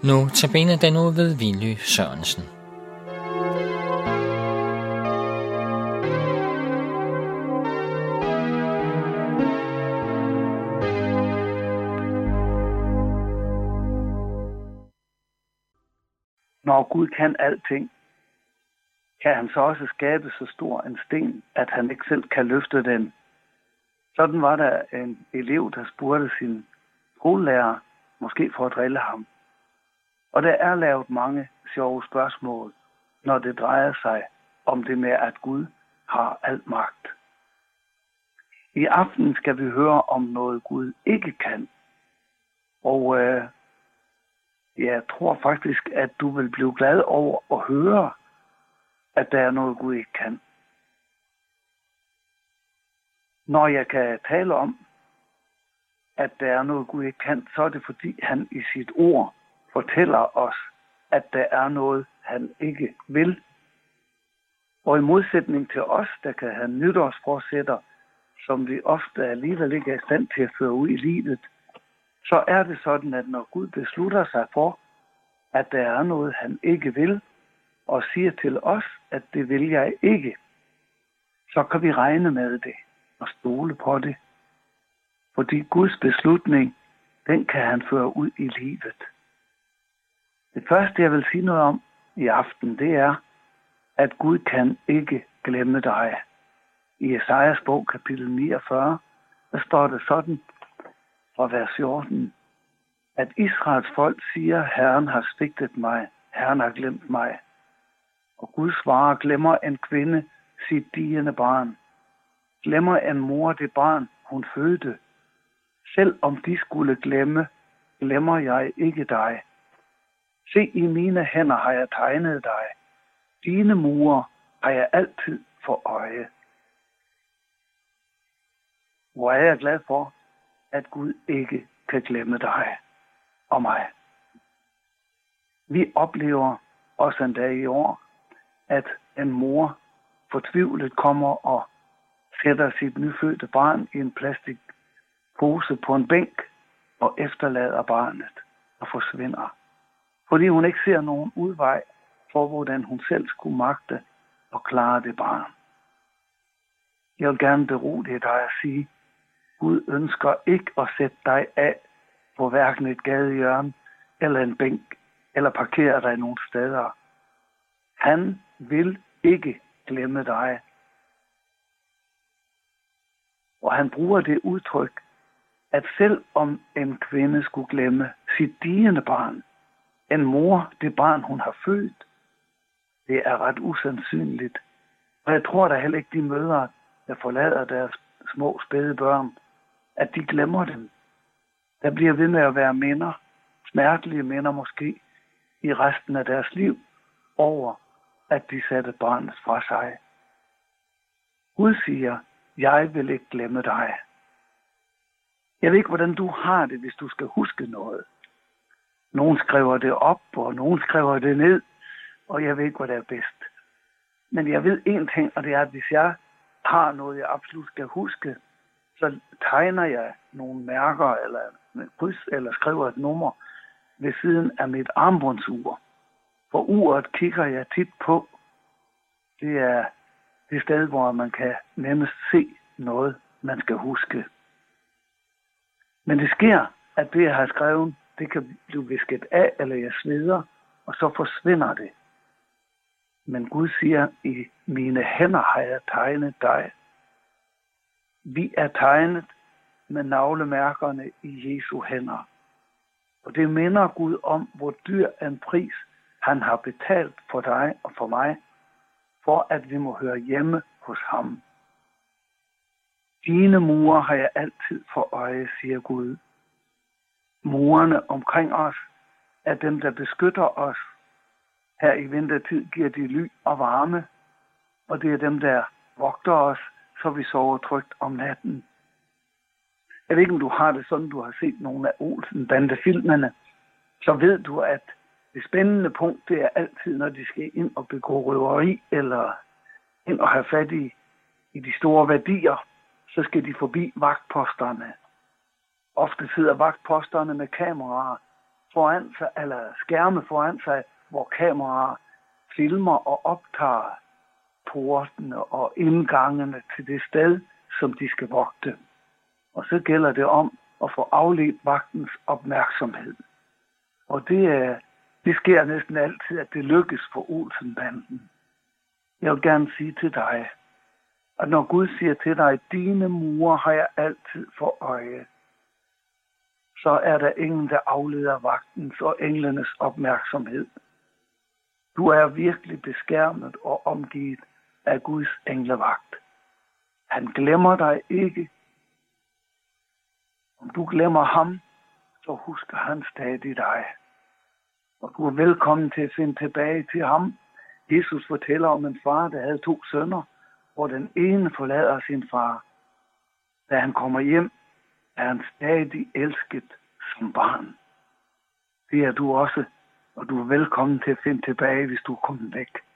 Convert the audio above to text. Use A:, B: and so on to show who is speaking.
A: Nu tabiner den ud ved Vinly Sørensen.
B: Når Gud kan alting, kan han så også skabe så stor en sten, at han ikke selv kan løfte den. Sådan var der en elev, der spurgte sin skolelærer, måske for at drille ham. Og der er lavet mange sjove spørgsmål, når det drejer sig om det med, at Gud har al magt. I aften skal vi høre om noget Gud ikke kan. Og jeg tror faktisk, at du vil blive glad over at høre, at der er noget Gud ikke kan. Når jeg kan tale om, at der er noget Gud ikke kan, så er det fordi han i sit ord fortæller os, at der er noget han ikke vil. Og i modsætning til os, der kan have nytårsforsætter, som vi ofte alligevel ikke er i stand til at føre ud i livet, så er det sådan, at når Gud beslutter sig for, at der er noget han ikke vil, og siger til os, at det vil jeg ikke, så kan vi regne med det og stole på det. Fordi Guds beslutning, den kan han føre ud i livet. Det første, jeg vil sige noget om i aften, det er, at Gud kan ikke glemme dig. I Esajas bog, kapitel 49, der står det sådan fra vers 14, at Israels folk siger, Herren har svigtet mig, Herren har glemt mig. Og Gud svarer, glemmer en kvinde sit diende barn. Glemmer en mor det barn, hun fødte. Selv om de skulle glemme, glemmer jeg ikke dig. Se, i mine hænder har jeg tegnet dig. Dine mure har jeg altid for øje. Hvor er jeg glad for, at Gud ikke kan glemme dig og mig. Vi oplever også en dag i år, at en mor fortvivlet kommer og sætter sit nyfødte barn i en plastikpose på en bænk og efterlader barnet og forsvinder. Fordi hun ikke ser nogen udvej for, hvordan hun selv skulle magte og klare det barn. Jeg vil gerne berolige dig at sige, Gud ønsker ikke at sætte dig af på hverken et gadehjørne eller en bænk eller parkere dig nogle steder. Han vil ikke glemme dig. Og han bruger det udtryk, at selv om en kvinde skulle glemme sit diende barn, en mor, det barn hun har født, det er ret usandsynligt. Og jeg tror da heller ikke de mødre, der forlader deres små spæde børn, at de glemmer dem. Der bliver ved med at være minder, smertelige minder måske, i resten af deres liv, over at de satte barnet fra sig. Gud siger, jeg vil ikke glemme dig. Jeg ved ikke, hvordan du har det, hvis du skal huske noget. Nogen skriver det op, og nogen skriver det ned, og jeg ved ikke, hvad der er bedst. Men jeg ved én ting, og det er, at hvis jeg har noget, jeg absolut skal huske, så tegner jeg nogle mærker, eller et kryds, eller skriver et nummer ved siden af mit armbåndsur. For uret kigger jeg tit på. Det er det sted, hvor man kan nemmest se noget, man skal huske. Men det sker, at det, jeg har skrevet, det kan blive visket af, eller jeg sveder, og så forsvinder det. Men Gud siger, i mine hænder har jeg tegnet dig. Vi er tegnet med navlemærkerne i Jesu hænder. Og det minder Gud om, hvor dyr en pris han har betalt for dig og for mig, for at vi må høre hjemme hos ham. Dine mure har jeg altid for øje, siger Gud. Murene omkring os er dem, der beskytter os. Her i vintertid giver de ly og varme, og det er dem, der vogter os, så vi sover trygt om natten. Jeg ved ikke, om du har det sådan, du har set nogle af Olsen-bandefilmene, så ved du, at det spændende punkt, det er altid, når de skal ind og begå røveri, eller ind og have fat i de store værdier, så skal de forbi vagtposterne. Ofte sidder vagtposterne med kameraer, foran sig, eller skærme foran sig, hvor kameraer filmer og optager portene og indgangene til det sted, som de skal vogte. Og så gælder det om at få afledt vagtens opmærksomhed. Og det sker næsten altid, at det lykkes for Olsenbanden. Jeg vil gerne sige til dig, at når Gud siger til dig, dine mure har jeg altid for øje, så er der ingen, der afleder vagtens og englenes opmærksomhed. Du er virkelig beskærmet og omgivet af Guds englevagt. Han glemmer dig ikke. Om du glemmer ham, så husker han stadig dig. Og du er velkommen til at finde tilbage til ham. Jesus fortæller om en far, der havde 2 sønner, hvor den ene forlader sin far. Da han kommer hjem, er han stadig elsket som barn. Det er du også, og du er velkommen til at finde tilbage, hvis du er kommet væk.